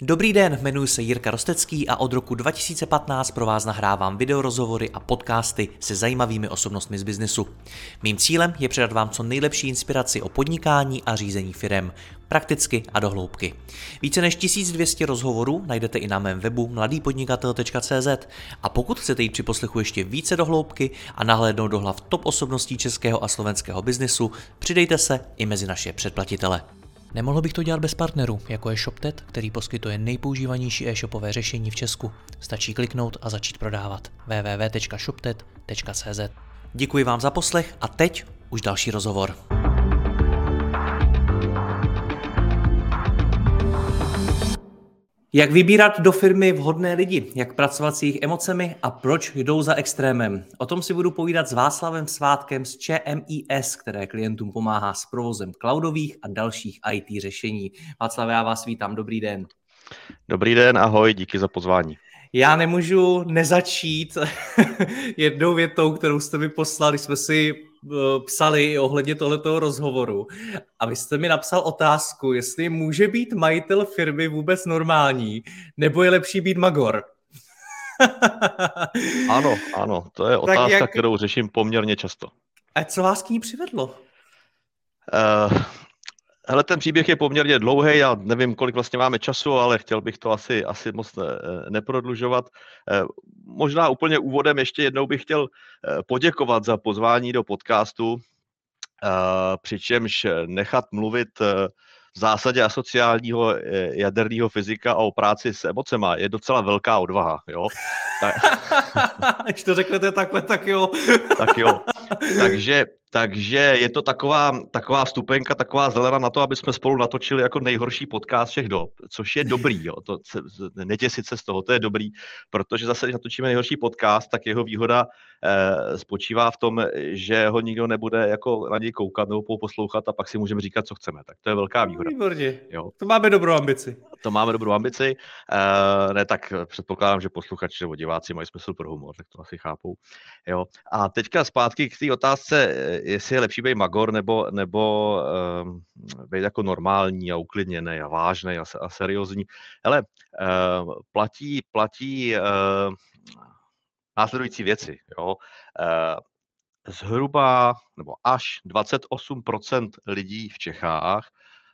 Dobrý den, jmenuji se Jirka Rostecký a od roku 2015 pro vás nahrávám videorozhovory a podcasty se zajímavými osobnostmi z biznesu. Mým cílem je předat vám co nejlepší inspiraci o podnikání a řízení firem, prakticky a do hloubky. Více než 1200 rozhovorů najdete i na mém webu mladýpodnikatel.cz a pokud chcete jít při poslechu ještě více do hloubky a nahlédnout do hlav top osobností českého a slovenského biznesu, přidejte se i mezi naše předplatitele. Nemohl bych to dělat bez partnerů, jako je ShopTet, který poskytuje nejpoužívanější e-shopové řešení v Česku. Stačí kliknout a začít prodávat. www.shoptet.cz. Děkuji vám za poslech a teď už další rozhovor. Jak vybírat do firmy vhodné lidi, jak pracovat s jejich emocemi a proč jdou za extrémem. O tom si budu povídat s Václavem Svátkem z ČMIS, které klientům pomáhá s provozem cloudových a dalších IT řešení. Václave, já vás vítám, dobrý den. Dobrý den, ahoj, díky za pozvání. Já nemůžu nezačít jednou větou, kterou jste mi poslal, když jsme si psali ohledně tohletoho rozhovoru. A vy jste mi napsal otázku, jestli může být majitel firmy vůbec normální, nebo je lepší být magor. Ano, to je otázka, kterou řeším poměrně často. A co vás k ní přivedlo? Hele, ten příběh je poměrně dlouhý, já nevím, kolik vlastně máme času, ale chtěl bych to asi moc neprodlužovat. Možná úplně úvodem ještě jednou bych chtěl poděkovat za pozvání do podcastu, přičemž nechat mluvit v zásadě asociálního jaderného fyzika o práci s emocema je docela velká odvaha, jo. Když to řeknete takhle, tak jo. Tak jo. Takže je to taková vstupenka, taková zelena na to, aby jsme spolu natočili jako nejhorší podcast všech dob, což je dobrý, jo. Netěsit se z toho, to je dobrý, protože zase, když natočíme nejhorší podcast, tak jeho výhoda spočívá v tom, že ho nikdo nebude jako na něj koukat nebo poslouchat a pak si můžeme říkat, co chceme. Tak to je velká výhoda. Výborně. Jo. To máme dobrou ambici. Ne, tak předpokládám, že posluchači nebo diváci mají smysl pro humor, tak to asi chápou. Jo. A teďka zpátky k té otázce, jestli je lepší být magor nebo být jako normální a uklidněný a vážný a seriózní. Hele, platí následující věci. Jo. Zhruba nebo až 28% lidí v Čechách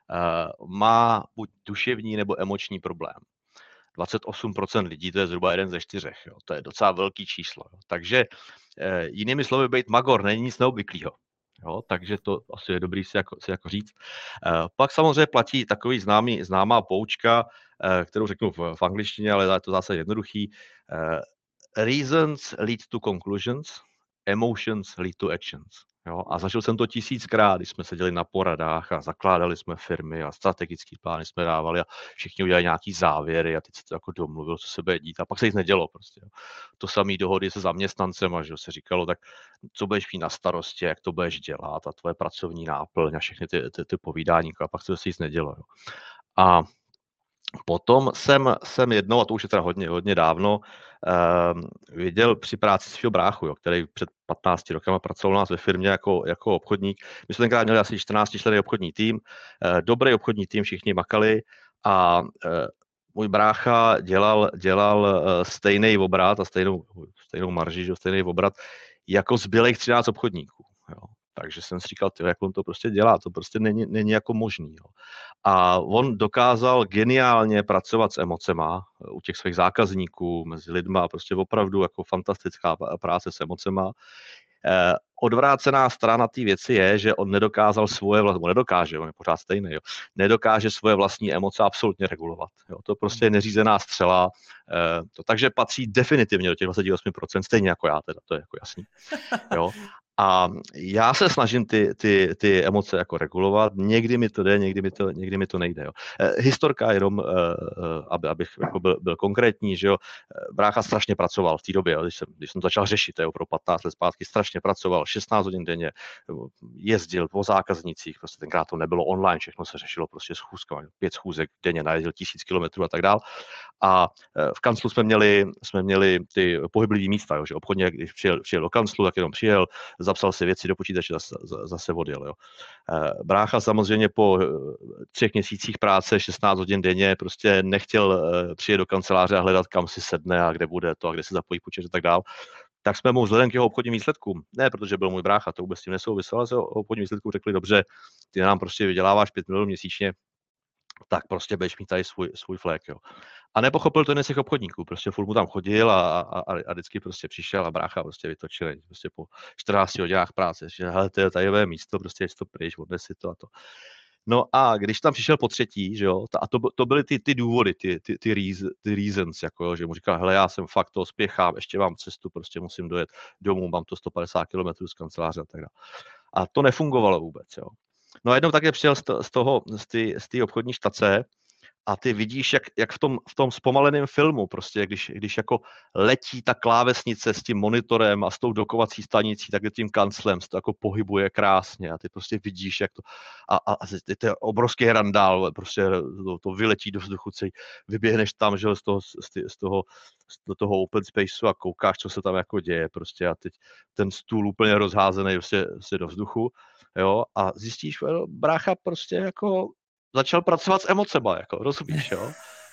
má buď duševní nebo emoční problém. 28% lidí, to je zhruba 1 ze 4. Jo. To je docela velký číslo. Jo. Takže jinými slovy, být magor není nic neobvyklého. Jo, takže to asi je dobrý si jako říct. Pak samozřejmě platí takový známá poučka, kterou řeknu v angličtině, ale je to zase jednoduchý. Reasons lead to conclusions, emotions lead to actions. Jo, a zažil jsem to 1000krát, když jsme seděli na poradách a zakládali jsme firmy a strategický plány jsme dávali a všichni udělali nějaký závěry a teď se to jako domluvil, co se bude dít a pak se nic nedělo prostě. Jo. To samé dohody se zaměstnancem a že se říkalo, tak co budeš mít na starosti, jak to budeš dělat a tvoje pracovní náplň a všechny ty povídání a pak se nic nedělo. Jo. A potom jsem jednou, a to už je teda hodně dávno, viděl při práci svého bráchu, jo, který před 15 rokama pracoval u nás ve firmě jako obchodník. My jsme tenkrát měli asi 14 členný obchodní tým, dobrý obchodní tým, všichni makali a můj brácha dělal stejný obrat a stejnou marži, že, stejný obrat jako zbylých 13 obchodníků. Jo. Takže jsem si říkal, jak on to prostě dělá, to prostě není jako možný. Jo. A on dokázal geniálně pracovat s emocema u těch svých zákazníků, mezi lidma, prostě opravdu jako fantastická práce s emocema. Odvrácená strana té věci je, že on nedokázal on je pořád stejný, jo, nedokáže svoje vlastní emoce absolutně regulovat. Jo. To prostě je neřízená střela, takže patří definitivně do těch 28%, stejně jako já teda, to je jako jasný. Jo. A já se snažím ty emoce jako regulovat, někdy mi to jde, někdy mi to nejde. Jo. Historka jenom, abych jako byl konkrétní, že jo, brácha strašně pracoval v té době, jo, když jsem začal řešit, jo, pro 15 let zpátky, strašně pracoval, 16 hodin denně, jezdil po zákaznicích, prostě tenkrát to nebylo online, všechno se řešilo prostě schůzkami, 5 schůzek denně, najezdil 1000 kilometrů a tak dál. A v kanclu jsme měli ty pohyblivé místa, jo, že obchodně, když přijel do kanclu, tak jenom přijel, zapsal si věci do počítače, zase odjel. Jo. Brácha samozřejmě po 3 měsících práce, 16 hodin denně, prostě nechtěl přijet do kanceláře a hledat, kam si sedne a kde bude to a kde se zapojí počítač a tak dál. Tak jsme mu vzhledem k jeho obchodním výsledkům, ne protože byl můj brácha, to vůbec s tím nesouviselo, ale z obchodním výsledkům řekli, dobře, ty nám prostě vyděláváš 5 milionů měsíčně, tak prostě budeš mít tady svůj flék, jo. A nepochopil to jeden z těch obchodníků, prostě furt mu tam chodil a vždycky prostě přišel a brácha prostě vytočil, prostě po 14 hodinách práce, že hele, to je tajové místo, prostě je to pryč, odnes si to a to. No a když tam přišel po třetí, že jo, a to byly ty důvody, ty reasons, jako jo, že mu říkal, hele, já jsem fakt to spěchám, ještě mám cestu, prostě musím dojet domů, mám to 150 km z kanceláře a tak dále. A to nefungovalo vůbec, jo. No a jednou také přijel z té obchodní štace a ty vidíš, jak v tom zpomaleném filmu, prostě, když jako letí ta klávesnice s tím monitorem a s tou dokovací stanicí, tak tím kanclem se to jako pohybuje krásně a ty prostě vidíš, jak to a to je obrovský randál, prostě to vyletí do vzduchu, vyběhneš tam, že do toho open spaceu a koukáš, co se tam jako děje prostě a teď ten stůl úplně rozházený prostě do vzduchu, jo, a zjistíš, brácha prostě jako začal pracovat s emocema, jako, rozumíš, jo?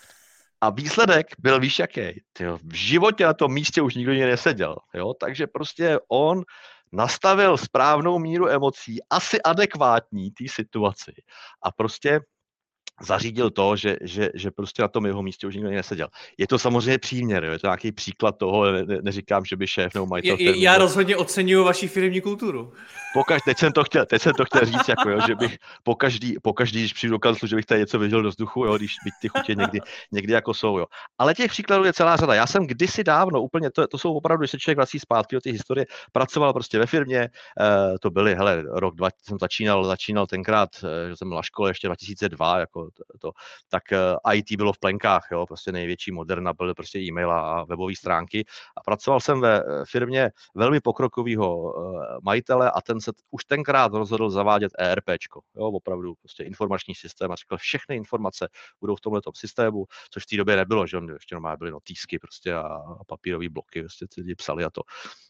A výsledek byl, víš, jaký? V životě na tom místě už nikdo nikdy neseděl, jo? Takže prostě on nastavil správnou míru emocí, asi adekvátní té situaci a prostě zařídil to, že prostě na tom jeho místě už nikdo neseděl. Je to samozřejmě příměr, jo? Je to nějaký příklad toho, neříkám, že by šéf nebo majitel firmy. Já rozhodně oceňuju vaši firmní kulturu. Teď jsem to chtěl říct, jako, jo, že bych pokaždý, když přijdu do kanclu, že bych tady něco viděl do vzduchu, jo, když byť ty chutě někdy jako jsou. Jo. Ale těch příkladů je celá řada. Já jsem kdysi dávno, úplně, to jsou opravdu, když se člověk vrací zpátky do té historie, pracoval prostě ve firmě, to byly, hele, rok 2000 jsem začínal tenkrát, že jsem byl na škole ještě 2002, jako tak IT bylo v plenkách, jo, prostě největší moderna, byly prostě e-mail a webové stránky a pracoval jsem ve firmě velmi pokrokového majitele a ten se už tenkrát rozhodl zavádět ERPčko, jo, opravdu prostě informační systém a řekl, všechny informace budou v tomhletom systému, což v té době nebylo, že ještě normálně byly notýsky prostě a papírové bloky, prostě lidi psali a to.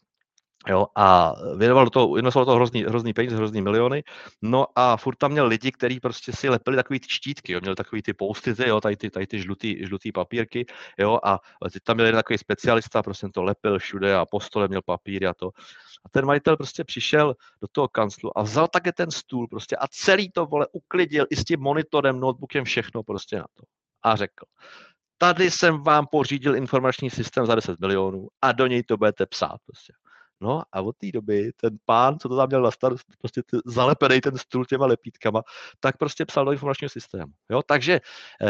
Jo, a investoval to hrozný peníze, hrozný miliony, no a furt tam měl lidi, kteří prostě si lepili takový ty štítky, jo, měli takový ty post-ity, jo, tady ty žlutý papírky, jo, a tam měl jeden takový specialista, prostě to lepil všude a po stole měl papíry a to. A ten majitel prostě přišel do toho kanclu a vzal také ten stůl prostě a celý to, vole, uklidil i s tím monitorem, notebookem, všechno prostě na to. A řekl, tady jsem vám pořídil informační systém za 10 milionů a do něj to budete psát prostě. No a od té doby ten pán, co to tam měl na starost, prostě zalepený ten stůl těma lepítkama, tak prostě psal do informačního systému. Jo? Takže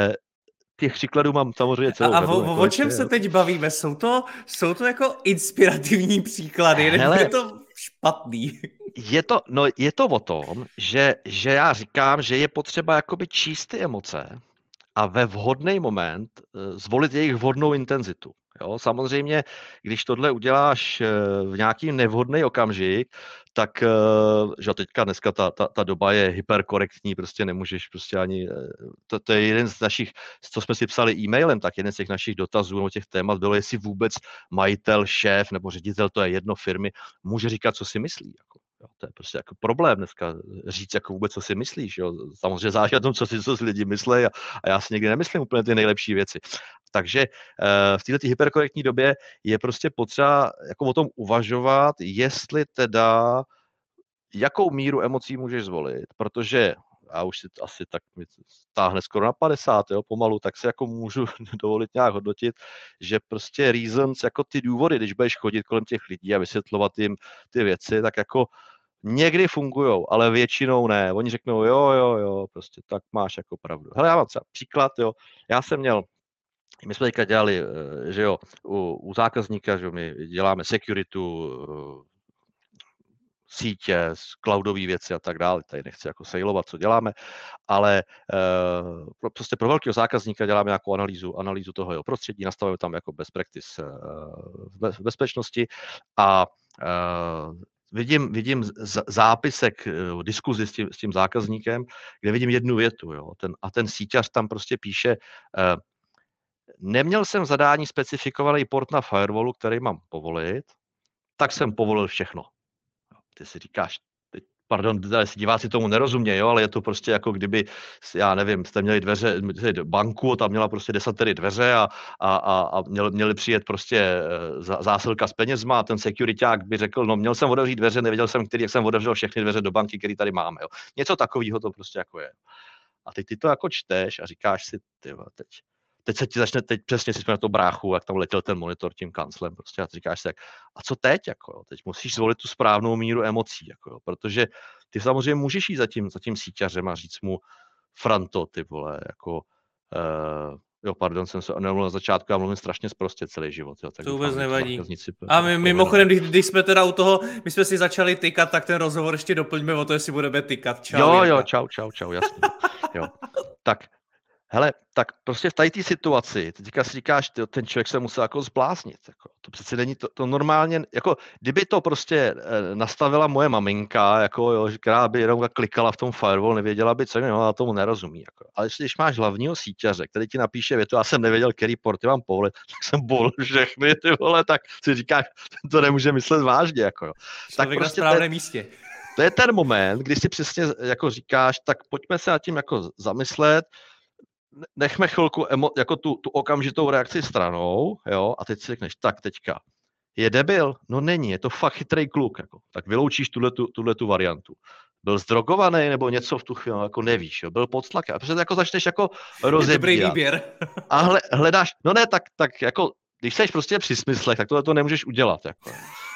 těch příkladů mám samozřejmě celou řadu. A o čem se teď bavíme? Jsou to jako inspirativní příklady, nebo je to špatný? Je to o tom, že já říkám, že je potřeba jakoby číst ty emoce a ve vhodný moment zvolit jejich vhodnou intenzitu. Jo, samozřejmě, když tohle uděláš v nějaký nevhodný okamžik, tak že dneska ta doba je hyperkorektní, prostě nemůžeš prostě ani, to je jeden z našich, co jsme si psali e-mailem, tak jeden z těch našich dotazů nebo těch témat bylo, jestli vůbec majitel, šéf nebo ředitel, to je jedno firmy, může říkat, co si myslí. Jako. Jo, to je prostě jako problém dneska říct jako vůbec, co si myslíš. Jo. Samozřejmě záleží na tom, co si lidi myslí a já si někdy nemyslím úplně ty nejlepší věci. Takže v této hyperkorektní době je prostě potřeba jako o tom uvažovat, jestli teda jakou míru emocí můžeš zvolit, protože já už si asi tak mi stáhne skoro na 50, jo, pomalu, tak se jako můžu dovolit nějak hodnotit, že prostě reasons, jako ty důvody, když budeš chodit kolem těch lidí a vysvětlovat jim ty věci, tak jako někdy fungujou, ale většinou ne. Oni řeknou, jo, prostě tak máš jako pravdu. Hele, já mám třeba příklad, jo, my jsme teďka dělali, že jo, u zákazníka, že my děláme securitu, sítě, cloudové věci a tak dále. Tady nechci jako sejlovat, co děláme, ale prostě pro velkého zákazníka děláme nějakou analýzu toho jeho prostředí, nastavujeme tam jako best practice v bezpečnosti a vidím zápisek diskuzi s tím zákazníkem, kde vidím jednu větu, jo, ten síťař tam prostě píše, neměl jsem v zadání specifikovaný port na firewallu, který mám povolit, tak jsem povolil všechno. Ty si říkáš, pardon, diváci tomu nerozumějí, jo, ale je to prostě jako kdyby, já nevím, jste měli dveře, banku, tam měla prostě desatery dveře a měli přijet prostě zásilka s penězma a ten securityák by řekl, no měl jsem otevřít dveře, nevěděl jsem, jak jsem otevřel všechny dveře do banky, které tady máme. Jo. Něco takového to prostě jako je. A teď ty to jako čteš a říkáš si, teď se ti začne, teď přesně si jsme na to bráchu, jak tam letěl ten monitor tím kanclem, prostě a ty říkáš si, a co teď, jako jo? Teď musíš zvolit tu správnou míru emocí, jako jo? Protože ty samozřejmě můžeš jít za tím síťařem a říct mu, Franto, ty vole, jako, jo, pardon, jsem se nemluvil na začátku, já mluvím strašně sprostě celý život, jo, tak to vůbec nevadí. A jako mimochodem, když jsme teda u toho, my jsme si začali tykat, tak ten rozhovor ještě doplňme o to, jestli budeme tykat. Čau, jo, čau, jasně. Jo. Tak, hele, tak prostě v tady té situaci, teďka si říkáš, ten člověk se musel jako zbláznit. Jako. To přece není to normálně, jako kdyby to prostě nastavila moje maminka, jako, jo, která by jenom klikala v tom firewall, nevěděla by, co ona tomu nerozumí. Jako. Ale když máš hlavního síťaře, který ti napíše větu, já jsem nevěděl, který porty mám povolit, tak jsem povolil všechny, ty vole, tak si říkáš, to nemůže myslet vážně. Jako, jo. Tak prostě na správném místě. To je ten moment, kdy si přesně jako říkáš, tak pojďme se nad tím jako zamyslet, nechme chvilku jako tu okamžitou reakci stranou, jo, a teď si řekneš, tak teďka, je debil? No není, je to fakt chytrý kluk, jako. Tak vyloučíš tuhletu variantu. Byl zdrogovaný nebo něco v tu chvíli, jako nevíš, jo, byl pod tlakem. A protože jako začneš jako rozebírat. Dobrý výběr. A hledáš, no ne, tak jako, když jsi prostě při smyslech, tak tohle to nemůžeš udělat, jako.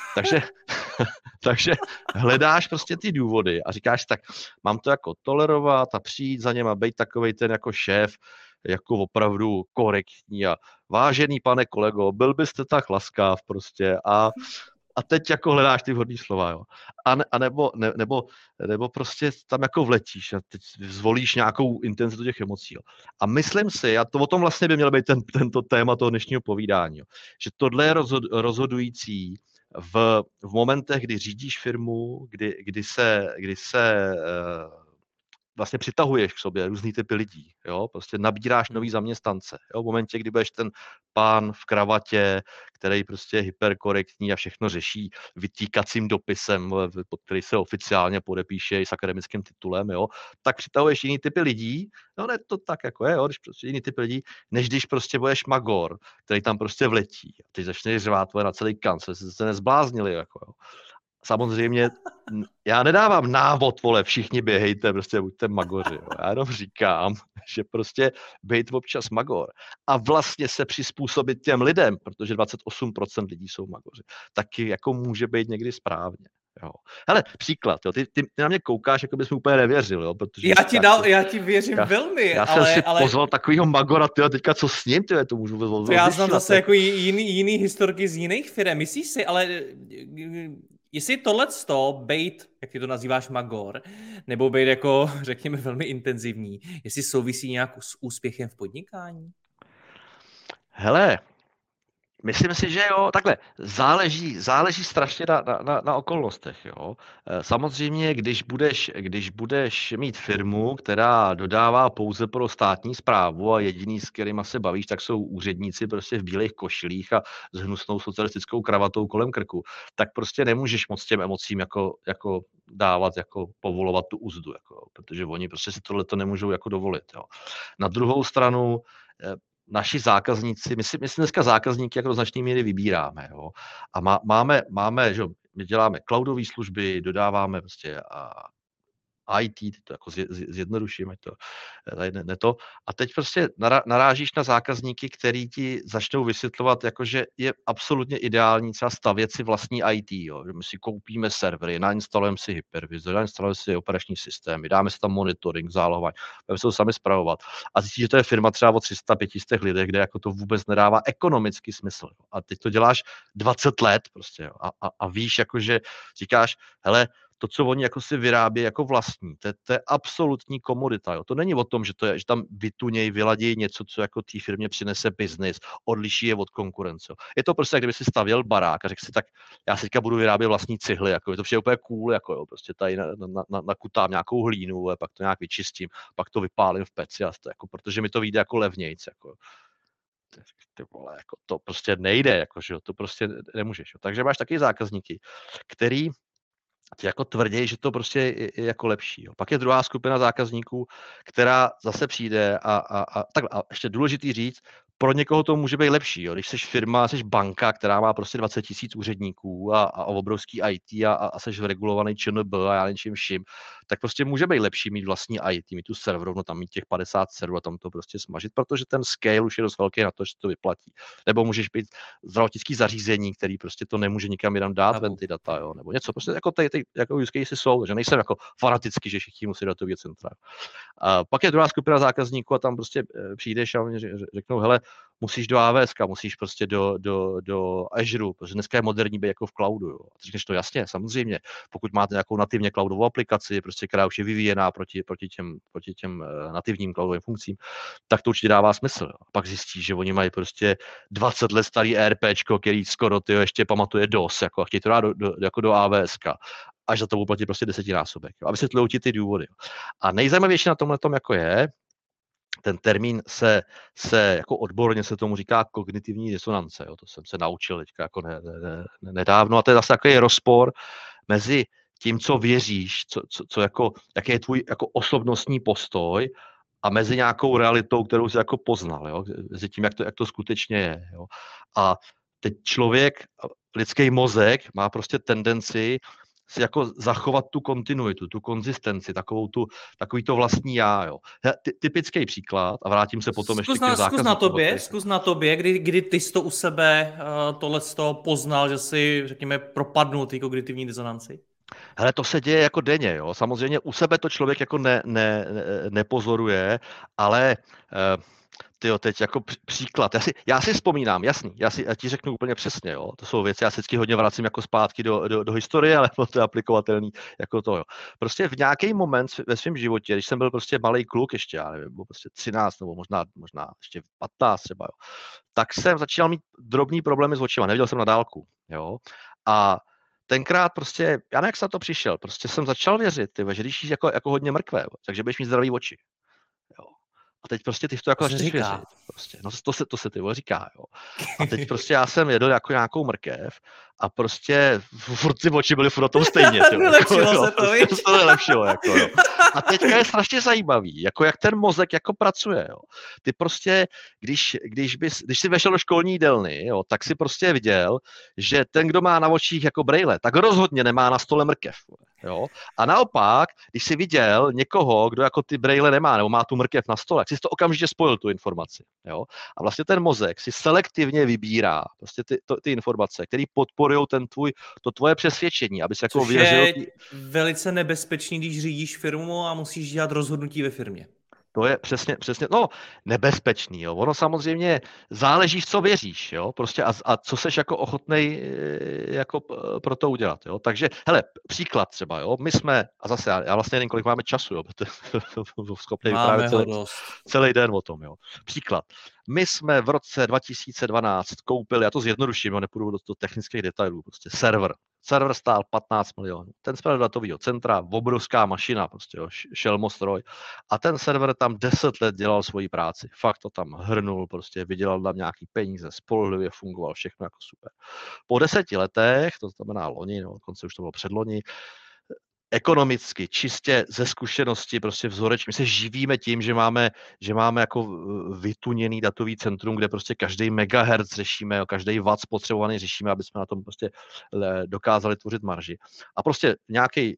Takže hledáš prostě ty důvody a říkáš tak, mám to jako tolerovat a přijít za něm a být takovej ten jako šéf, jako opravdu korektní a vážený pane kolego, byl byste tak laskav prostě a teď jako hledáš ty vhodný slova, jo. Nebo prostě tam jako vletíš a teď zvolíš nějakou intenzitu těch emocí, jo. A myslím si, a to o tom vlastně by měl být tento téma toho dnešního povídání, jo, že tohle je rozhodující v momentech, kdy řídíš firmu, kdy se vlastně přitahuješ k sobě různý typy lidí, jo, prostě nabíráš nový zaměstnance, jo, v momentě, kdy budeš ten pán v kravatě, který prostě je hyperkorektní a všechno řeší vytýkacím dopisem, pod který se oficiálně podepíše i s akademickým titulem, jo, tak přitahuješ jiný typy lidí, no ne, to tak jako je, jo, když prostě jiný typy lidí, než když prostě budeš magor, který tam prostě vletí a ty začneš řvát na celý kancel, se nezbláznili, jako jo. Samozřejmě já nedávám návod, vole, všichni běhejte, prostě buďte magoři. Jo. Já jenom říkám, že prostě bejt občas magor a vlastně se přizpůsobit těm lidem, protože 28% lidí jsou magoři, taky jako může být někdy správně. Jo. Hele, příklad, jo. Ty na mě koukáš, jako bys mi úplně nevěřil, jo, protože já ti věřím velmi. Já jsem si pozval takovýho magora, tyjo, teďka co s ním, tyjo, to můžu vůbec. Já znám zase jako jiný historky z jiných firm, myslíš si, ale jestli tohleto bejt, jak ty to nazýváš magor, nebo bejt jako, řekněme, velmi intenzivní, jestli souvisí nějak s úspěchem v podnikání? Hele, myslím si, že jo, takhle, záleží strašně na okolnostech, jo. Samozřejmě, když budeš mít firmu, která dodává pouze pro státní správu a jediný, s kterýma se bavíš, tak jsou úředníci prostě v bílých košilích a s hnusnou socialistickou kravatou kolem krku, tak prostě nemůžeš moc těm emocím jako dávat, jako povolovat tu uzdu, jako, protože oni prostě si tohleto nemůžou jako dovolit, jo. Na druhou stranu, naši zákazníci, my si dneska zákazníky jako do značné míry vybíráme, jo. A máme, že my děláme cloudové služby, dodáváme prostě IT, to jako zjednodušíme to, ne to. A teď prostě narážíš na zákazníky, který ti začnou vysvětlovat, jakože je absolutně ideální třeba stavět si vlastní IT, jo. Že my si koupíme servery, nainstalujeme si hypervisor, nainstalujeme si operační systémy, dáme si tam monitoring, zálohování, budeme se to sami spravovat. A zjistíš, že to je firma třeba o 300-500 lidech, kde jako to vůbec nedává ekonomický smysl. Jo. A teď to děláš 20 let prostě, jo. A víš, jakože říkáš, hele, to, co oni jako si vyrábí jako vlastní, to je absolutní komodita. Jo. To není o tom, že tam vytuněj, vyladějí něco, co jako té firmě přinese biznis, odliší je od konkurence. Je to prostě, jak kdyby si stavěl barák a řekl si, tak já si teďka budu vyrábět vlastní cihly, jako je to vše úplně cool, jako jo, prostě tady nakutám nějakou hlínu, a pak to nějak vyčistím, pak to vypálím v peci, a to, jako, protože mi to vyjde jako levnějc. Jako. ty vole, jako to prostě nejde, jako, že jo, to prostě nemůžeš. Jo. Takže máš taky zákazníky, který ti jako tvrdí, že to prostě je jako lepší. Jo. Pak je druhá skupina zákazníků, která zase přijde a ještě důležitý říct, pro někoho to může být lepší. Jo. Když jsi firma, jsi banka, která má prostě 20 000 úředníků a obrovský IT a jsi regulovaný ČNB a já něčím vším, tak prostě může být lepší mít vlastní IT, mít tu serverovnu, tam mít těch 50 serverů a tam to prostě smažit, protože ten scale už je dost velký na to, že to vyplatí. Nebo můžeš být zdravotnický zařízení, který prostě to nemůže nikam jinam dát ven ty data, jo, nebo něco. Prostě jako ty jako use cases jsou, že nejsem jako fanatický, že všichni musí datový centra. A pak je druhá skupina zákazníků a tam prostě přijdeš a oni řeknou, hele, musíš do AWS, musíš prostě do Azure, protože dneska je moderní být jako v cloudu. Jo. A ty říkáš to jasně, samozřejmě. Pokud máte nějakou nativně cloudovou aplikaci, prostě, která už je vyvíjená proti těm nativním cloudovým funkcím, tak to určitě dává smysl. Jo. A pak zjistíš, že oni mají prostě 20 let starý ERPčko, který skoro ještě pamatuje DOS, jako, a chtějí to dát jako do AWS. Až za to uplatí prostě 10násobek. Jo. A vysvětlují ti ty důvody. Jo. A nejzajímavější na tomhle tom jako je, ten termín se jako odborně se tomu říká kognitivní disonance. Jo. To jsem se naučil teďka jako nedávno. A to je zase takový rozpor mezi tím, co věříš, co jako, jaký je tvůj jako osobnostní postoj a mezi nějakou realitou, kterou jsi jako poznal. Jo. Mezi tím, jak to skutečně je. Jo. A teď člověk, lidský mozek má prostě tendenci si jako zachovat tu kontinuitu, tu konzistenci, takový to vlastní já. Jo. Typický příklad, a vrátím se potom ještě k těm zákazníkům. Zkus na tobě, kdy ty jsi to u sebe tohleto poznal, že si, řekněme, propadnul té kognitivní disonanci? Hele, to se děje jako denně, jo. Samozřejmě u sebe to člověk jako nepozoruje, ale tyjo, teď jako příklad. Já si vzpomínám, jasný, já ti řeknu úplně přesně, jo. To jsou věci, já se vždycky hodně vracím jako zpátky do historie, ale to je aplikovatelný jako to, jo. Prostě v nějaký moment ve svém životě, když jsem byl prostě malý kluk ještě, já nevím, byl prostě 13 nebo možná ještě 15 třeba, jo, tak jsem začal mít drobný problémy s očima, neviděl jsem na dálku, jo. A tenkrát prostě, já nevím, jak jsem na to přišel, prostě jsem začal věřit, že když jíš jako hodně mrkve, takže budeš mít zdravý oči. Jo. A teď prostě ty v to jako začneš věřit. Prostě. No to se ty říká, jo. A teď prostě já jsem jedl jako nějakou mrkev a prostě furt ty oči byly furt na tom stejně. Vylepšilo se to, víš? To vylepšilo, jako, jo. A teďka je strašně zajímavý, jako jak ten mozek jako pracuje, jo. Ty prostě, když jsi vešel do školní jídelny, jo, tak si prostě viděl, že ten, kdo má na očích jako brejle, tak rozhodně nemá na stole mrkev. Jo. A naopak, když jsi viděl někoho, kdo jako ty brejle nemá, nebo má tu mrkev na stole, tak jsi to okamžitě spojil tu informaci. Jo. A vlastně ten mozek si selektivně vybírá prostě ty informace, které podporují to tvoje přesvědčení, aby si jako věřil. Je velice nebezpečný, když řídíš firmu a musíš dělat rozhodnutí ve firmě. To je přesně, no, nebezpečný, jo. Ono samozřejmě záleží, v co věříš, jo, prostě a co seš jako ochotnej jako pro to udělat, jo. Takže, hele, příklad třeba, jo, my jsme, a zase já vlastně nevím, kolik máme času, jo, protože schopný vyprávět celý den o tom, jo. Příklad. My jsme v roce 2012 koupili, já to zjednoduším, nepůjdu do technických detailů, prostě server. Server stál 15 milionů. Ten jsme do datového centra, obrovská mašina, prostě jo, šelmostroj. A ten server tam 10 let dělal svoji práci. Fakt to tam hrnul, prostě vydělal tam nějaký peníze, spolehlivě fungoval, všechno jako super. Po 10 letech, to znamená loni, no, dokonce už to bylo předloni, ekonomicky, čistě ze zkušenosti, prostě vzorečně. My se živíme tím, že máme jako vytuněný datový centrum, kde prostě každý megahertz řešíme, každý watt spotřebovaný řešíme, aby jsme na tom prostě dokázali tvořit marži. A prostě nějaký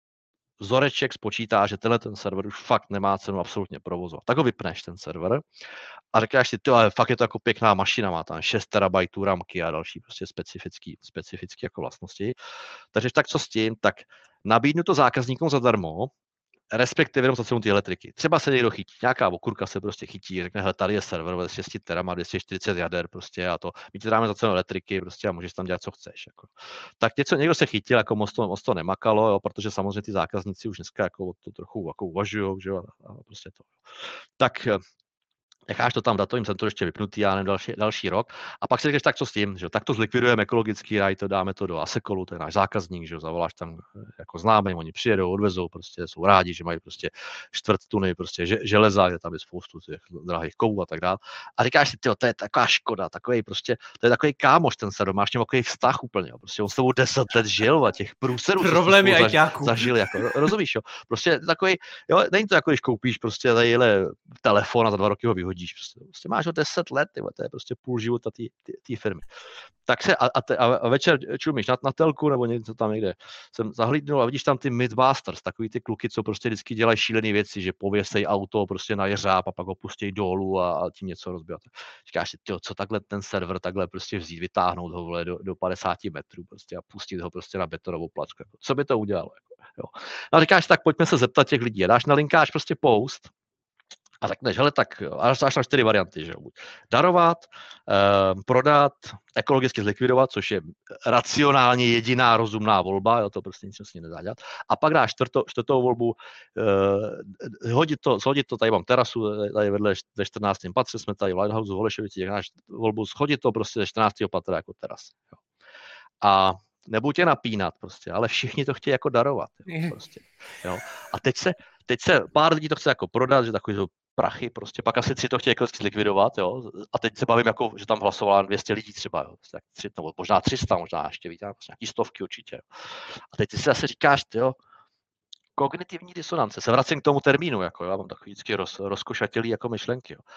vzoreček spočítá, že ten server už fakt nemá cenu absolutně provozovat. Tak ho vypneš, ten server, a říkáš si, ale fakt je to jako pěkná mašina, má tam 6 terabajtů ramky a další prostě specifické jako vlastnosti. Takže tak co s tím, tak nabídnu to zákazníkům zadarmo, respektive jenom za cenu ty elektriky. Třeba se někdo chytí, nějaká okurka se prostě chytí, řekne, hele, tady je server ve 6 terama, 240 jader prostě a to, my ti dáme za cenu elektriky prostě a můžeš tam dělat, co chceš. Jako. Tak někdo se chytil, jako moc to nemakalo, jo, protože samozřejmě ty zákazníci už dneska jako to trochu jako uvažujou, že jo, a prostě to. Tak necháš to tam datovým centru ještě vypnutý, já nevím, další rok, a pak si řekneš, tak co s tím, že tak to zlikvidujeme ekologický raj, to dáme to do Asekolu, to je náš zákazník, že zavoláš tam jako známý, oni přijedou, odvezou, prostě jsou rádi, že mají prostě čtvrt tuny prostě železa, je tam je spoustu těch drahých kovů a tak dále. A říkáš si, tyjo, to je taková škoda, takový prostě, to je takový kámoš ten server, máš něm takový vztah úplně, prostě on s tebou 10 let žil a těch průserů Problémy zažil, jako, rozumíš, jo, prostě takový, jo, není to jako, když koupíš prostě tadyhle telefon a za 2 roky ho vyhodíš, prostě máš ho 10 let, tyhle, to je prostě půl života té firmy. Tak se a večer čumíš na telku nebo něco tam někde. Jsem zahlídnul a vidíš tam ty Mythbusters, takový ty kluky, co prostě vždycky dělají šílené věci, že pověsej auto prostě na jeřáb a pak ho pustí dolů a tím něco rozbijat. Říkáš si, co takhle ten server takhle prostě vzít, vytáhnout ho vole, do 50 metrů prostě a pustit ho prostě na betonovou placku. Co by to udělalo? Jo. No a říkáš, tak pojďme se zeptat těch lidí. Dáš na linkáč prostě post a řekneš, hele, tak až tam 4 varianty, že jo. Darovat, prodat, ekologicky zlikvidovat, což je racionálně jediná rozumná volba, jo, to prostě nic s ní nedá dělat. A pak dáš čtvrtou volbu, shodit to, tady mám terasu, tady vedle ve 14. patře, jsme tady v Lighthouse v Holešovicích, dáš volbu shodit to prostě ze 14. patra jako teras. Jo. A nebuď je napínat prostě, ale všichni to chtějí jako darovat. Jo, prostě, jo. A teď se pár lidí to chce jako prodat, že takový prachy, prostě pak asi 3 to chtějí jako zlikvidovat, jo, a teď se bavím jako, že tam hlasovalo 200 lidí třeba, jo, tak 3, nebo možná 300, možná ještě víc, nějaký stovky určitě, jo. A teď ty si zase říkáš, jo, kognitivní disonance, se vracím k tomu termínu, jako, já mám takový vždycky rozkošatělý jako myšlenky, jo.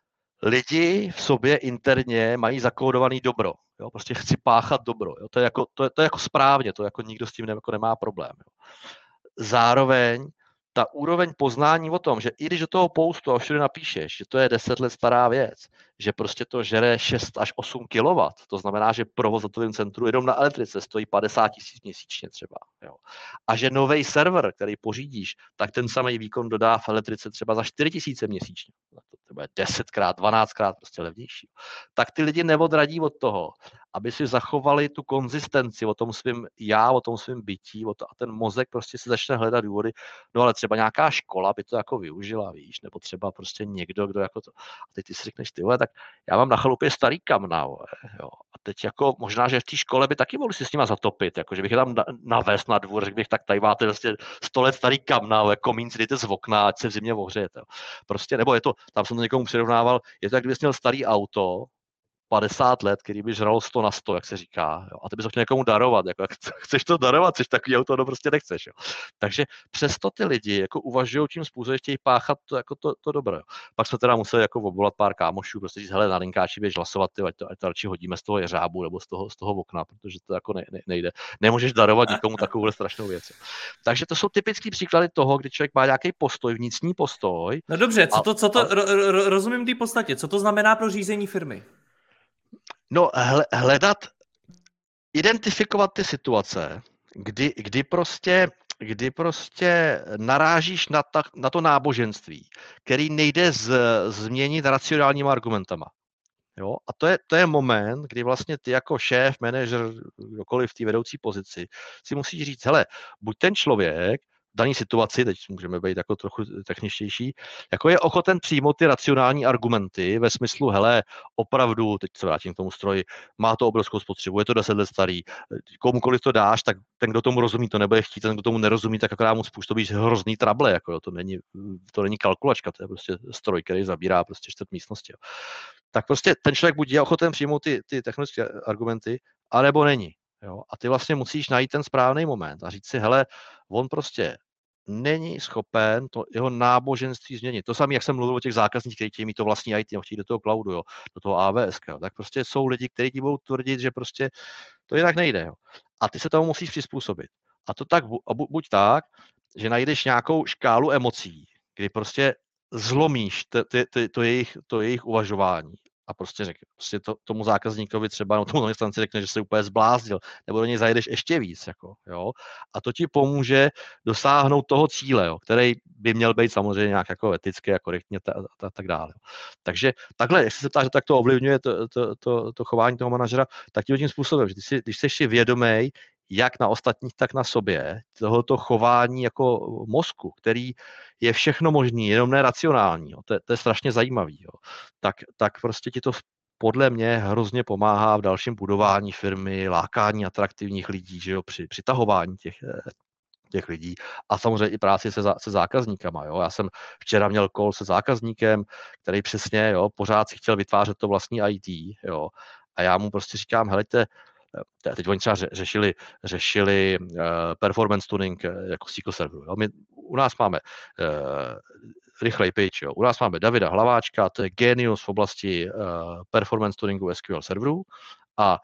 Lidi v sobě interně mají zakódovaný dobro, jo, prostě chci páchat dobro, jo, to je jako správně, to jako nikdo s tím jako nemá problém, jo. Zároveň ta úroveň poznání o tom, že i když do toho postu a všude napíšeš, že to je 10 let stará věc, že prostě to žere 6 až 8 kW, to znamená, že provoz v datovém centru jenom na elektrice stojí 50 000 měsíčně třeba. Jo. A že nový server, který pořídíš, tak ten samý výkon dodá v elektrice třeba za 4 000 měsíčně. To je 10krát, 12krát prostě levnější. Tak ty lidi neodradí od toho, aby si zachovali tu konzistenci o tom svým já, o tom svým bytí, a ten mozek prostě si začne hledat důvody, no ale třeba nějaká škola by to jako využila, víš, nebo třeba prostě někdo, kdo jako to. A teď ty si řekneš, ty vole, tak já mám na chalupě starý kamna, jo. A teď jako možná, že v té škole by taky mohli si s nima zatopit, jako že bych je tam navést na dvůr, řekl bych, tak tady máte vlastně 100 let starý kamna, komín si dejte z okna, ať se v zimě ohřejete. Prostě, nebo je to, tam jsem to někomu přirovnával, je to jak kdybys měl starý auto, 50 let, který by žralo 100 na 100, jak se říká. Jo. A ty bys ho chtěl někomu darovat. Jako, jak chceš to darovat, chceš takový auto, no prostě nechceš. Jo. Takže přesto ty lidi jako uvažují, čím způsobem chtějí páchat to dobré. Jo. Pak jsme teda museli jako obvolat pár kámošů, prostě říct, hele, na linkáči běž hlasovat, ať to radši hodíme z toho jeřábu nebo z toho okna, protože to jako nejde. Nemůžeš darovat nikomu takovou strašnou věc. Jo. Takže to jsou typický příklady toho, kdy člověk má nějaký postoj, vnitřní postoj. No dobře, rozumím té podstatě. Co to znamená pro řízení firmy? No, identifikovat ty situace, kdy prostě narážíš na to náboženství, který nejde změnit racionálníma argumentama. Jo? A to je moment, kdy vlastně ty jako šéf, manažer, kdokoliv v té vedoucí pozici, si musíš říct, hele, buď ten člověk v dané situaci, teď můžeme být jako trochu techničtější, jako je ochoten přijmout ty racionální argumenty ve smyslu, hele, opravdu, teď se vrátím k tomu stroji, má to obrovskou spotřebu, je to 10 let starý, komukoliv to dáš, tak ten, kdo tomu rozumí, to nebude chtít, ten, kdo tomu nerozumí, tak akorát mu způsobí hrozný trable, jako, to není kalkulačka, to je prostě stroj, který zabírá prostě 4 místnosti. Jo. Tak prostě ten člověk buď je ochoten přijmout ty technické argumenty, anebo není. Jo? A ty vlastně musíš najít ten správný moment a říct si, hele, on prostě není schopen to jeho náboženství změnit. To samé, jak jsem mluvil o těch zákaznících, kteří chtějí mít to vlastní IT, chtějí do toho cloudu, jo, do toho AWS, jo, tak prostě jsou lidi, kteří ti budou tvrdit, že prostě to jinak nejde. Jo. A ty se tomu musíš přizpůsobit. A to tak, buď tak, že najdeš nějakou škálu emocí, kdy prostě zlomíš to jejich uvažování a prostě tomu zákazníkovi třeba nebo tomu zaměstnanci řekne, že se úplně zbláznil, nebo do něj zajedeš ještě víc. Jako, jo? A to ti pomůže dosáhnout toho cíle, jo? Který by měl být samozřejmě nějak jako etický a korektně a tak dále. Takže takhle, jestli se ptáš, že tak to ovlivňuje to chování toho manažera, tak tím způsobem, že když jsi si vědomý, jak na ostatních, tak na sobě, tohoto chování jako mozku, který je všechno možný, jenom neracionální, jo. To je strašně zajímavý, jo. Tak prostě ti to podle mě hrozně pomáhá v dalším budování firmy, lákání atraktivních lidí, že jo, při přitahování těch lidí a samozřejmě i práci se zákazníkama. Jo. Já jsem včera měl call se zákazníkem, který přesně pořád si chtěl vytvářet to vlastní IT. Jo. A já mu prostě říkám, helejte, teď oni třeba řešili performance tuning jako SQL serveru. Jo. My u nás máme rychlej pitch. Jo. U nás máme Davida Hlaváčka, to je genius v oblasti performance tuningu SQL serverů a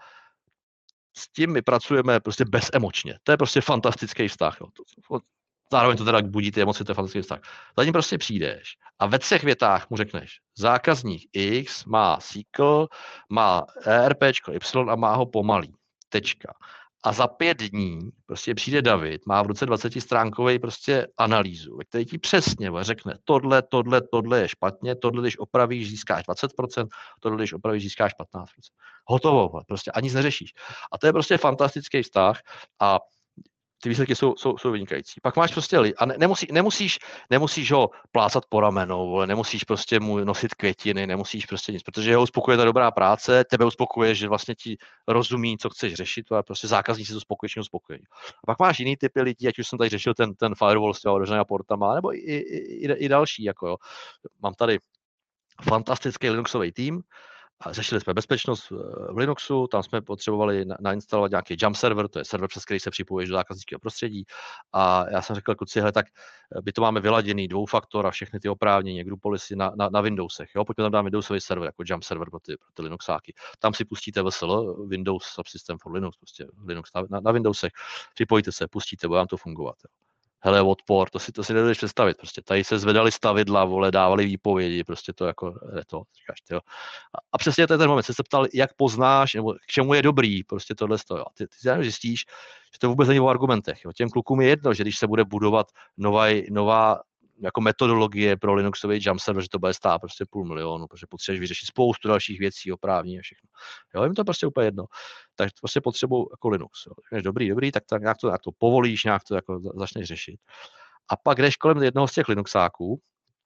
s tím my pracujeme prostě bezemočně. To je prostě fantastický vztah. Jo. Zároveň to teda budí ty emoce, to je fantastický vztah. Za ním prostě přijdeš a ve 3 větách mu řekneš, zákazník X má SQL, má ERPčko Y a má ho pomalý. Tečka. A za 5 dní prostě přijde David, má v ruce 20stránkový prostě analýzu, ve které ti přesně řekne, tohle je špatně, tohle když opravíš, získáš 20%, tohle když opravíš, získáš 15%. Hotovo, prostě ani nic neřešíš. A to je prostě fantastický vztah a ty výsledky jsou vynikající. Pak máš prostě a nemusíš ho plácat po ramenou, ale nemusíš prostě mu nosit květiny, nemusíš prostě nic, protože jeho uspokojuje ta dobrá práce, tebe uspokojuje, že vlastně ti rozumí, co chceš řešit, a prostě zákazníci jsou spokojení. A pak máš jiný typy lidí, ať už jsem tady řešil ten firewall s těma otevřenýma portama, nebo i další, jako jo. Mám tady fantastický Linuxový tým, a řešili jsme bezpečnost v Linuxu, tam jsme potřebovali nainstalovat nějaký jump server, to je server, přes který se připojuješ do zákaznického prostředí. A já jsem řekl kluci, hele, tak my to máme vyladěný, 2-faktor a všechny ty oprávnění, group policy na Windowsech. Jo? Pojďme tam dát Windowsový server, jako jump server pro ty Linuxáky. Tam si pustíte VSL, Windows Subsystem for Linux, prostě Linux na Windowsech, připojíte se, pustíte, bude vám to fungovat. Jo? Hele, odpor, to si nedovedeš představit, prostě tady se zvedali stavidla, vole, dávali výpovědi, prostě to jako, to, říkáš, jo. A přesně to je ten moment, se ptal, jak poznáš, nebo k čemu je dobrý, prostě tohle stojí. A ty zjistíš, že to vůbec není o argumentech, jo. Těm klukům je jedno, že když se bude budovat nová jako metodologie pro Linuxový jump server, že to bude stát prostě 500 000, protože potřebuješ vyřešit spoustu dalších věcí, oprávní a všechno. Jo, jim to prostě úplně jedno. Tak prostě potřebují jako Linux. Jo. Dobrý, tak nějak to povolíš, nějak to jako začneš řešit. A pak jdeš kolem jednoho z těch Linuxáků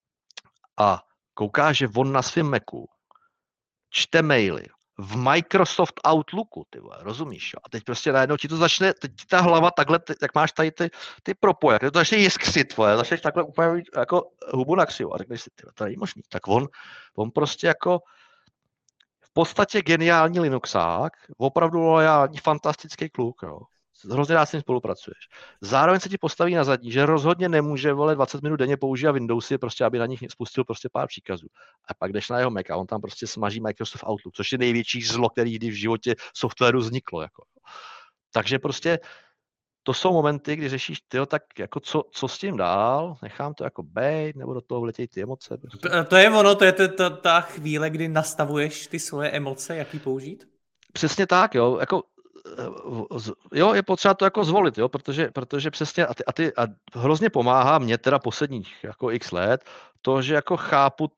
a koukáš, že on na svém Macu čte maily v Microsoft Outlooku, ty vole, rozumíš, jo? A teď prostě najednou ti to začne, teď ta hlava takhle, jak máš tady ty propoje, to začne jiskřit, vole, začneš takhle úplně jako hubu na křivu a řekneš si, tyhle, to není možný. Tak on prostě jako v podstatě geniální Linuxák, opravdu loajální, fantastický kluk, jo. Hrozně rád s ním spolupracuješ. Zároveň se ti postaví na zadní, že rozhodně nemůže 20 minut denně používat Windowsy, prostě aby na nich spustil prostě pár příkazů. A pak jdeš na jeho Mac a on tam prostě smaží Microsoft Outlook, což je největší zlo, který kdy v životě softwaru vzniklo. Jako. Takže prostě to jsou momenty, kdy řešíš, tyjo, tak jako co s tím dál, nechám to jako bejt, nebo do toho vletějí ty emoce. Prostě. To je ono, to je ta chvíle, kdy nastavuješ ty svoje emoce, jak ji použít? Přesně tak, jo, jako jo, je potřeba to jako zvolit, jo, protože přesně a hrozně pomáhá mě teda posledních jako x let to, že jako chápu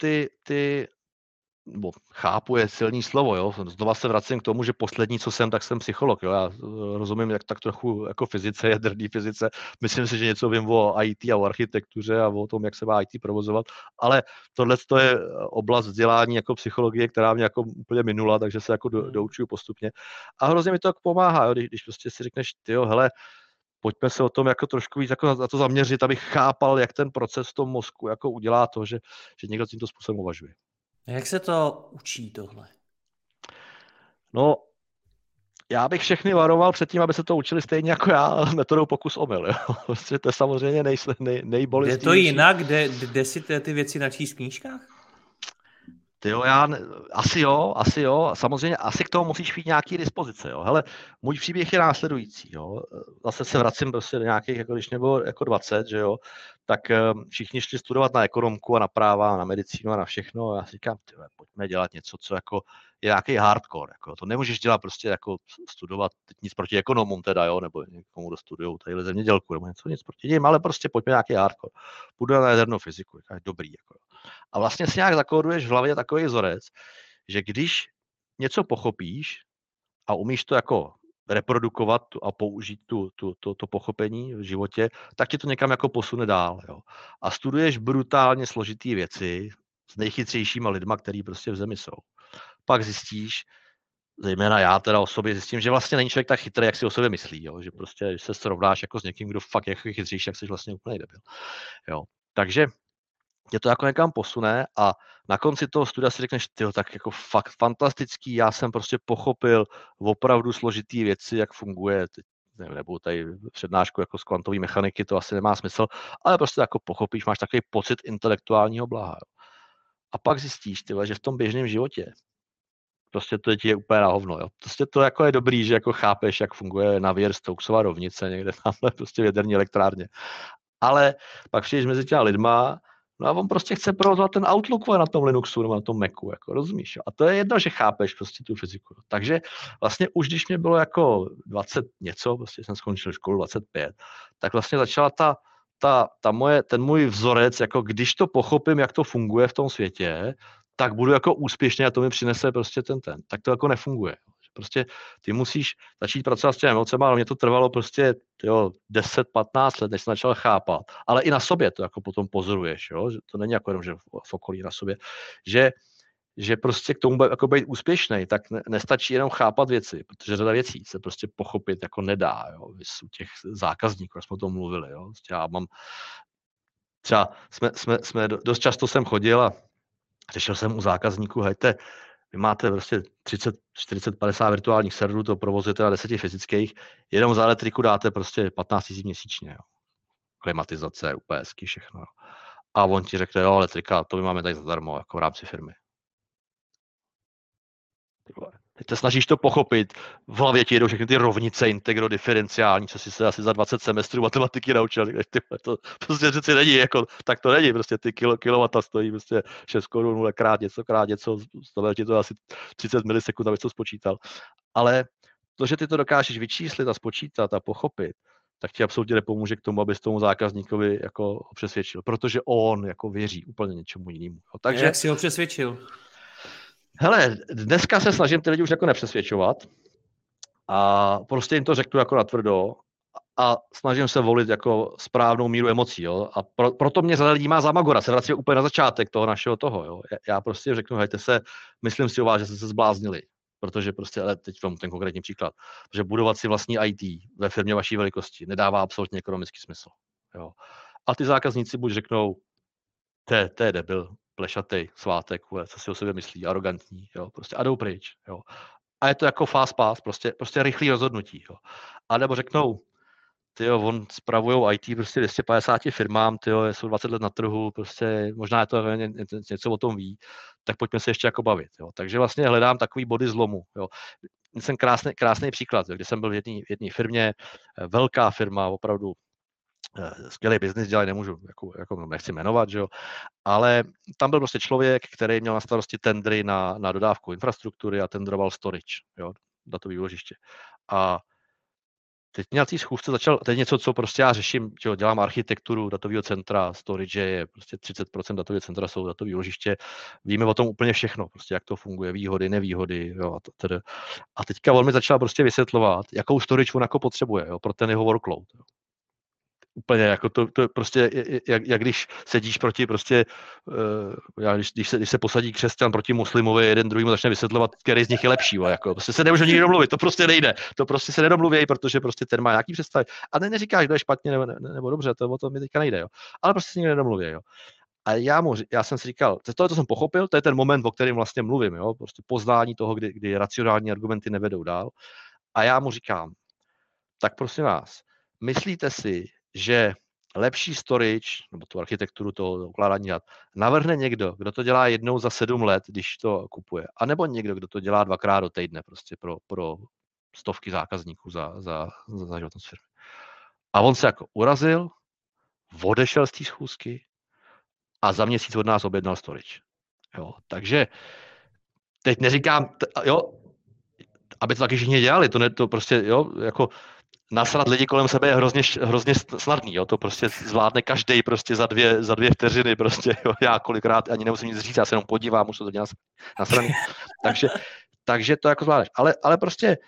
chápu je silný slovo, jo. Znova se vracím k tomu, že poslední, co jsem, tak jsem psycholog, jo. Já rozumím jak tak trochu jako fyzice, jaderné fyzice. Myslím si, že něco vím o IT a o architektuře a o tom, jak se má IT provozovat, ale tohle je oblast vzdělání jako psychologie, která mě jako úplně minula, takže se jako doučuju postupně. A hrozně mi to pomáhá, jo, když prostě si řekneš, tyjo, hele, pojďme se o tom jako trošku víc jako na to zaměřit, abych chápal, jak ten proces v tom mozku jako udělá to, že někdo tímto způsobem uvažuje. Jak se to učí tohle? No, já bych všechny varoval před tím, aby se to učili stejně jako já, metodou pokus omyl. Jo? Prostě to je samozřejmě nejbolestivější. Je to jinak? Kde si ty věci načíst v knížkách? Tyjo, asi jo. Samozřejmě asi k tomu musíš mít nějaký dispozice. Jo. Hele, můj příběh je následující. Jo. Zase se vracím prostě do nějakých, jako když nebylo jako 20, že jo, tak všichni šli studovat na ekonomku a na práva, na medicínu a na všechno. A já si říkám, tyjo, pojďme dělat něco, co jako je nějaký hardcore. Jako. To nemůžeš dělat prostě jako studovat nic proti ekonomům teda, jo, nebo někomu, kdo studujou tadyhle zemědělku, nebo nic proti nim, ale prostě pojďme nějaký hardcore. Půjdu na jadernou fyziku, je dobrý. Jako. A vlastně si nějak zakóduješ v hlavě takový vzorec, že když něco pochopíš a umíš to jako reprodukovat a použít to pochopení v životě, tak tě to někam jako posune dál. Jo. A studuješ brutálně složitý věci s nejchytřejšíma lidma, který prostě v zemi jsou. Pak zjistíš, zejména já teda o sobě zjistím, že vlastně není člověk tak chytrý, jak si o sobě myslí. Jo. Že prostě, když se srovnáš jako s někým, kdo fakt je chytřejší, tak jsi vlastně úplně debil. Jo. Takže tě to jako někam posune a na konci toho studia si řekneš, tyjo, tak jako fakt fantastický, já jsem prostě pochopil opravdu složitý věci, jak funguje, nebo tady přednášku jako z kvantové mechaniky, to asi nemá smysl, ale prostě jako pochopíš, máš takový pocit intelektuálního blaha. A pak zjistíš, tyjo, že v tom běžném životě prostě to je úplně na hovno. Jo. Prostě to jako je dobrý, že jako chápeš, jak funguje Navier-Stokesova rovnice někde tamhle prostě v jaderní elektrárně. Ale pak přijdeš mezi těma lidma, no a on prostě chce provozovat ten Outlook na tom Linuxu nebo na tom Macu, jako rozumíš. Jo? A to je jedno, že chápeš prostě tu fyziku. Takže vlastně už když mě bylo jako 20 něco, prostě jsem skončil školu 25, tak vlastně začala ten můj vzorec, jako když to pochopím, jak to funguje v tom světě, tak budu jako úspěšný a to mi přinese prostě ten. Tak to jako nefunguje. Prostě ty musíš začít pracovat s těmi emocemi, ale mě to trvalo prostě 10-15 let, než jsem začal chápat. Ale i na sobě to jako potom pozoruješ, jo? Že to není jako jenom, že v okolí na sobě, že prostě k tomu jako být úspěšný, tak nestačí jenom chápat věci, protože řada věcí se prostě pochopit jako nedá, jo? U těch zákazníků, jak jsme o tom mluvili, jo? Já mám třeba jsme dost často jsem chodil a řešil jsem u zákazníků, hejte, vy máte prostě 30, 40, 50 virtuálních serverů, to provozujete na 10 fyzických, jenom za elektriku dáte prostě 15 000 měsíčně. Jo. Klimatizace, UPS, všechno. Jo. A on ti řekne, jo, elektrika, to my máme tady zadarmo, jako v rámci firmy. Teď se snažíš to pochopit, v hlavě ti jedou všechny ty rovnice, integro, diferenciální, co si se asi za 20 semestrů matematiky naučil. To prostě přeci není, jako, tak to není, prostě ty kilowata stojí prostě 6 korun, krát něco, znamená ti to asi 30 milisekund, abys to spočítal. Ale to, že ty to dokážeš vyčíslit a spočítat a pochopit, tak ti absolutně nepomůže k tomu, abys tomu zákazníkovi jako přesvědčil, protože on jako věří úplně něčemu jinému. Takže jak jsi ho přesvědčil? Hele, dneska se snažím ty lidi už jako nepřesvědčovat a prostě jim to řeknu jako natvrdo a snažím se volit jako správnou míru emocí, jo. A proto mě řada lidí má za magora, se vrací úplně na začátek toho našeho toho, jo. Já prostě řeknu, hejte se, myslím si o vás, že jste se zbláznili, protože prostě, ale teď vám ten konkrétní příklad, že budovat si vlastní IT ve firmě vaší velikosti nedává absolutně ekonomický smysl, jo. A ty zákazníci buď řeknou, to je debil, plešatej, svátek, co si o sobě myslí, arrogantní, jo, prostě a jdou pryč, jo. A je to jako fast pass, prostě rychlý rozhodnutí, jo. A nebo řeknou, tyjo, on spravujou IT prostě 250 firmám, tyjo, jsou 20 let na trhu, prostě možná je to něco o tom ví, tak pojďme se ještě jako bavit, jo. Takže vlastně hledám takový body zlomu, jo. Jsem krásný příklad, jo, kdy jsem byl v jedné firmě, velká firma, opravdu skvělý biznis dělají, nemůžu, jako nechci jmenovat, že jo, ale tam byl prostě člověk, který měl na starosti tendry na dodávku infrastruktury a tendroval storage, jo, datový úložiště. A teď měl té schůzce teď něco, co prostě já řeším, že dělám architekturu datového centra, storage je prostě 30% datového centra jsou datové úložiště, víme o tom úplně všechno, prostě jak to funguje, výhody, nevýhody, jo, a teďka on mi začal prostě vysvětlovat, jakou storage on jako potřebuje, jo, pro ten jeho workload. Jo. Úplně jako to prostě, jak když sedíš proti prostě, když se posadí křesťan proti muslimovi, jeden druhýmu začne vysvětlovat, který z nich je lepší, jako prostě se nemůže nikdy domluvit, to prostě nejde, to prostě se nedomluví, protože prostě ten má nějaký představy. A neříkáš, kdo je špatně nebo dobře, to o to mi teďka nejde, jo. Ale prostě se nikdy nedomluví, jo. A já jsem si říkal, to jsem pochopil, to je ten moment, o kterém vlastně mluvím, jo, prostě poznání toho, kdy racionální argumenty nevedou dál. A já mu říkám, tak prosím vás, myslíte si, že lepší storage, nebo tu architekturu toho ukládání dat, navrhne někdo, kdo to dělá jednou za 7 let, když to kupuje, anebo někdo, kdo to dělá 2krát do týdne prostě pro stovky zákazníků za životnost firmy. A on se jako urazil, odešel z té schůzky a za měsíc od nás objednal storage. Jo, takže teď neříkám, jo, aby to taky všichni dělali, to prostě, jo, jako nasrat lidi kolem sebe je hrozně snadný, jo, to prostě zvládne každej prostě za dvě vteřiny, prostě, jo, já kolikrát ani nemusím nic říct, já se jenom podívám, už to dělá nasraný, takže to jako zvládneš, ale prostě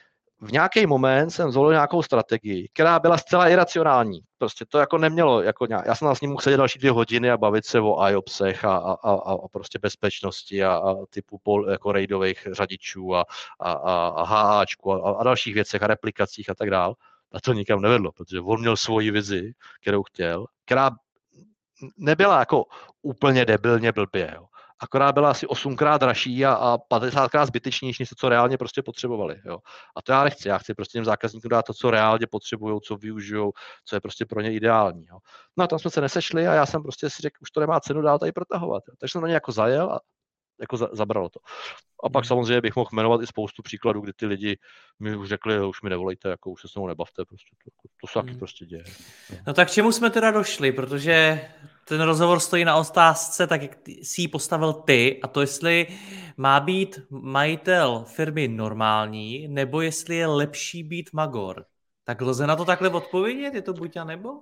v nějaký moment jsem zvolil nějakou strategii, která byla zcela iracionální. Prostě to jako nemělo, jako já jsem s ním mohl sedět další 2 hodiny a bavit se o IOPSech a prostě bezpečnosti a typu jako raidových řadičů a HAčku a dalších věcech a replikacích a tak dál. A to nikam nevedlo, protože on měl svoji vizi, kterou chtěl, která nebyla jako úplně debilně blbě, jo. Akorát byla asi 8krát dražší a 50krát zbytečnější, než to, co reálně prostě potřebovali. Jo. A to já nechci. Já chci prostě těm zákazníkům dát to, co reálně potřebují, co využijou, co je prostě pro ně ideální. Jo. No a tam jsme se nesešli a já jsem prostě si řekl, už to nemá cenu dál tady protahovat. Jo. Takže jsem na ně jako zajel a jako zabralo to. A pak samozřejmě bych mohl jmenovat i spoustu příkladů, kdy ty lidi mi už řekli, už mi nevolejte, jako už se s mnou nebavte, prostě to se taky prostě děje. No tak k čemu jsme teda došli, protože ten rozhovor stojí na otázce, tak jak si ji postavil ty, a to jestli má být majitel firmy normální, nebo jestli je lepší být magor. Tak lze na to takhle odpovědět? Je to buď a nebo?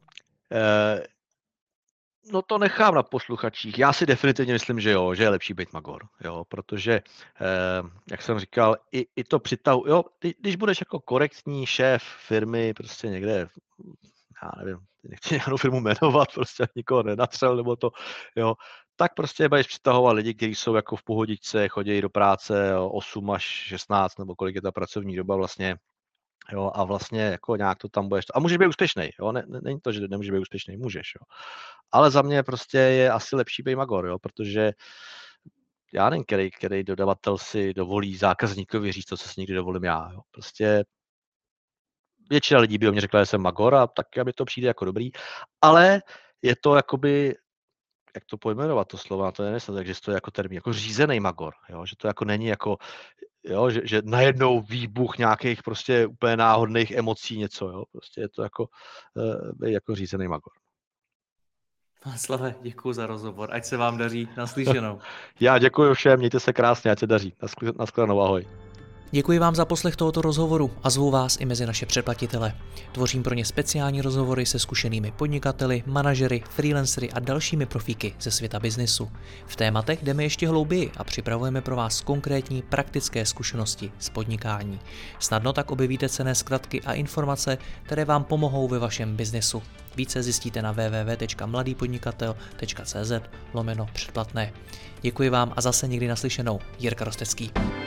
No to nechám na posluchačích. Já si definitivně myslím, že jo, že je lepší být magor, jo, protože, jak jsem říkal, i to přitahu, jo, když budeš jako korektní šéf firmy, prostě někde, já nevím, nechci žádnou firmu jmenovat, prostě nikoho nenatřel, nebo to, jo, tak prostě budeš přitahovat lidi, kteří jsou jako v pohodičce, chodí do práce 8 až 16, nebo kolik je ta pracovní doba vlastně, jo, a vlastně jako nějak to tam budeš, a můžeš být úspěšný, jo, není to, že nemůžeš být úspěšný, můžeš, jo. Ale za mě prostě je asi lepší být magor, jo, protože já nevím, který dodavatel si dovolí zákazníkovi říct to, co si nikdy dovolím já, jo. Prostě většina lidí by o mě řekla, že jsem magor a tak mi to přijde jako dobrý, ale je to jakoby, jak to pojmenovat to slovo, to nevím, takže to je jako termín, jako řízený magor, jo, že to jako není jako, jo, že najednou výbuch nějakých prostě úplně náhodných emocí něco, jo, prostě je to jako řízený magor. Václave, děkuji za rozhovor, ať se vám daří, naslyšenou. Já děkuji všem, mějte se krásně, ať se daří, nashledanou, ahoj. Děkuji vám za poslech tohoto rozhovoru a zvu vás i mezi naše předplatitele. Tvořím pro ně speciální rozhovory se zkušenými podnikateli, manažery, freelancery a dalšími profíky ze světa biznesu. V tématech jdeme ještě hlouběji a připravujeme pro vás konkrétní praktické zkušenosti z podnikání. Snadno tak objevíte cenné zkratky a informace, které vám pomohou ve vašem biznesu. Více zjistíte na www.mladýpodnikatel.cz/předplatné. Děkuji vám a zase někdy naslyšenou. Jirka Rostecký.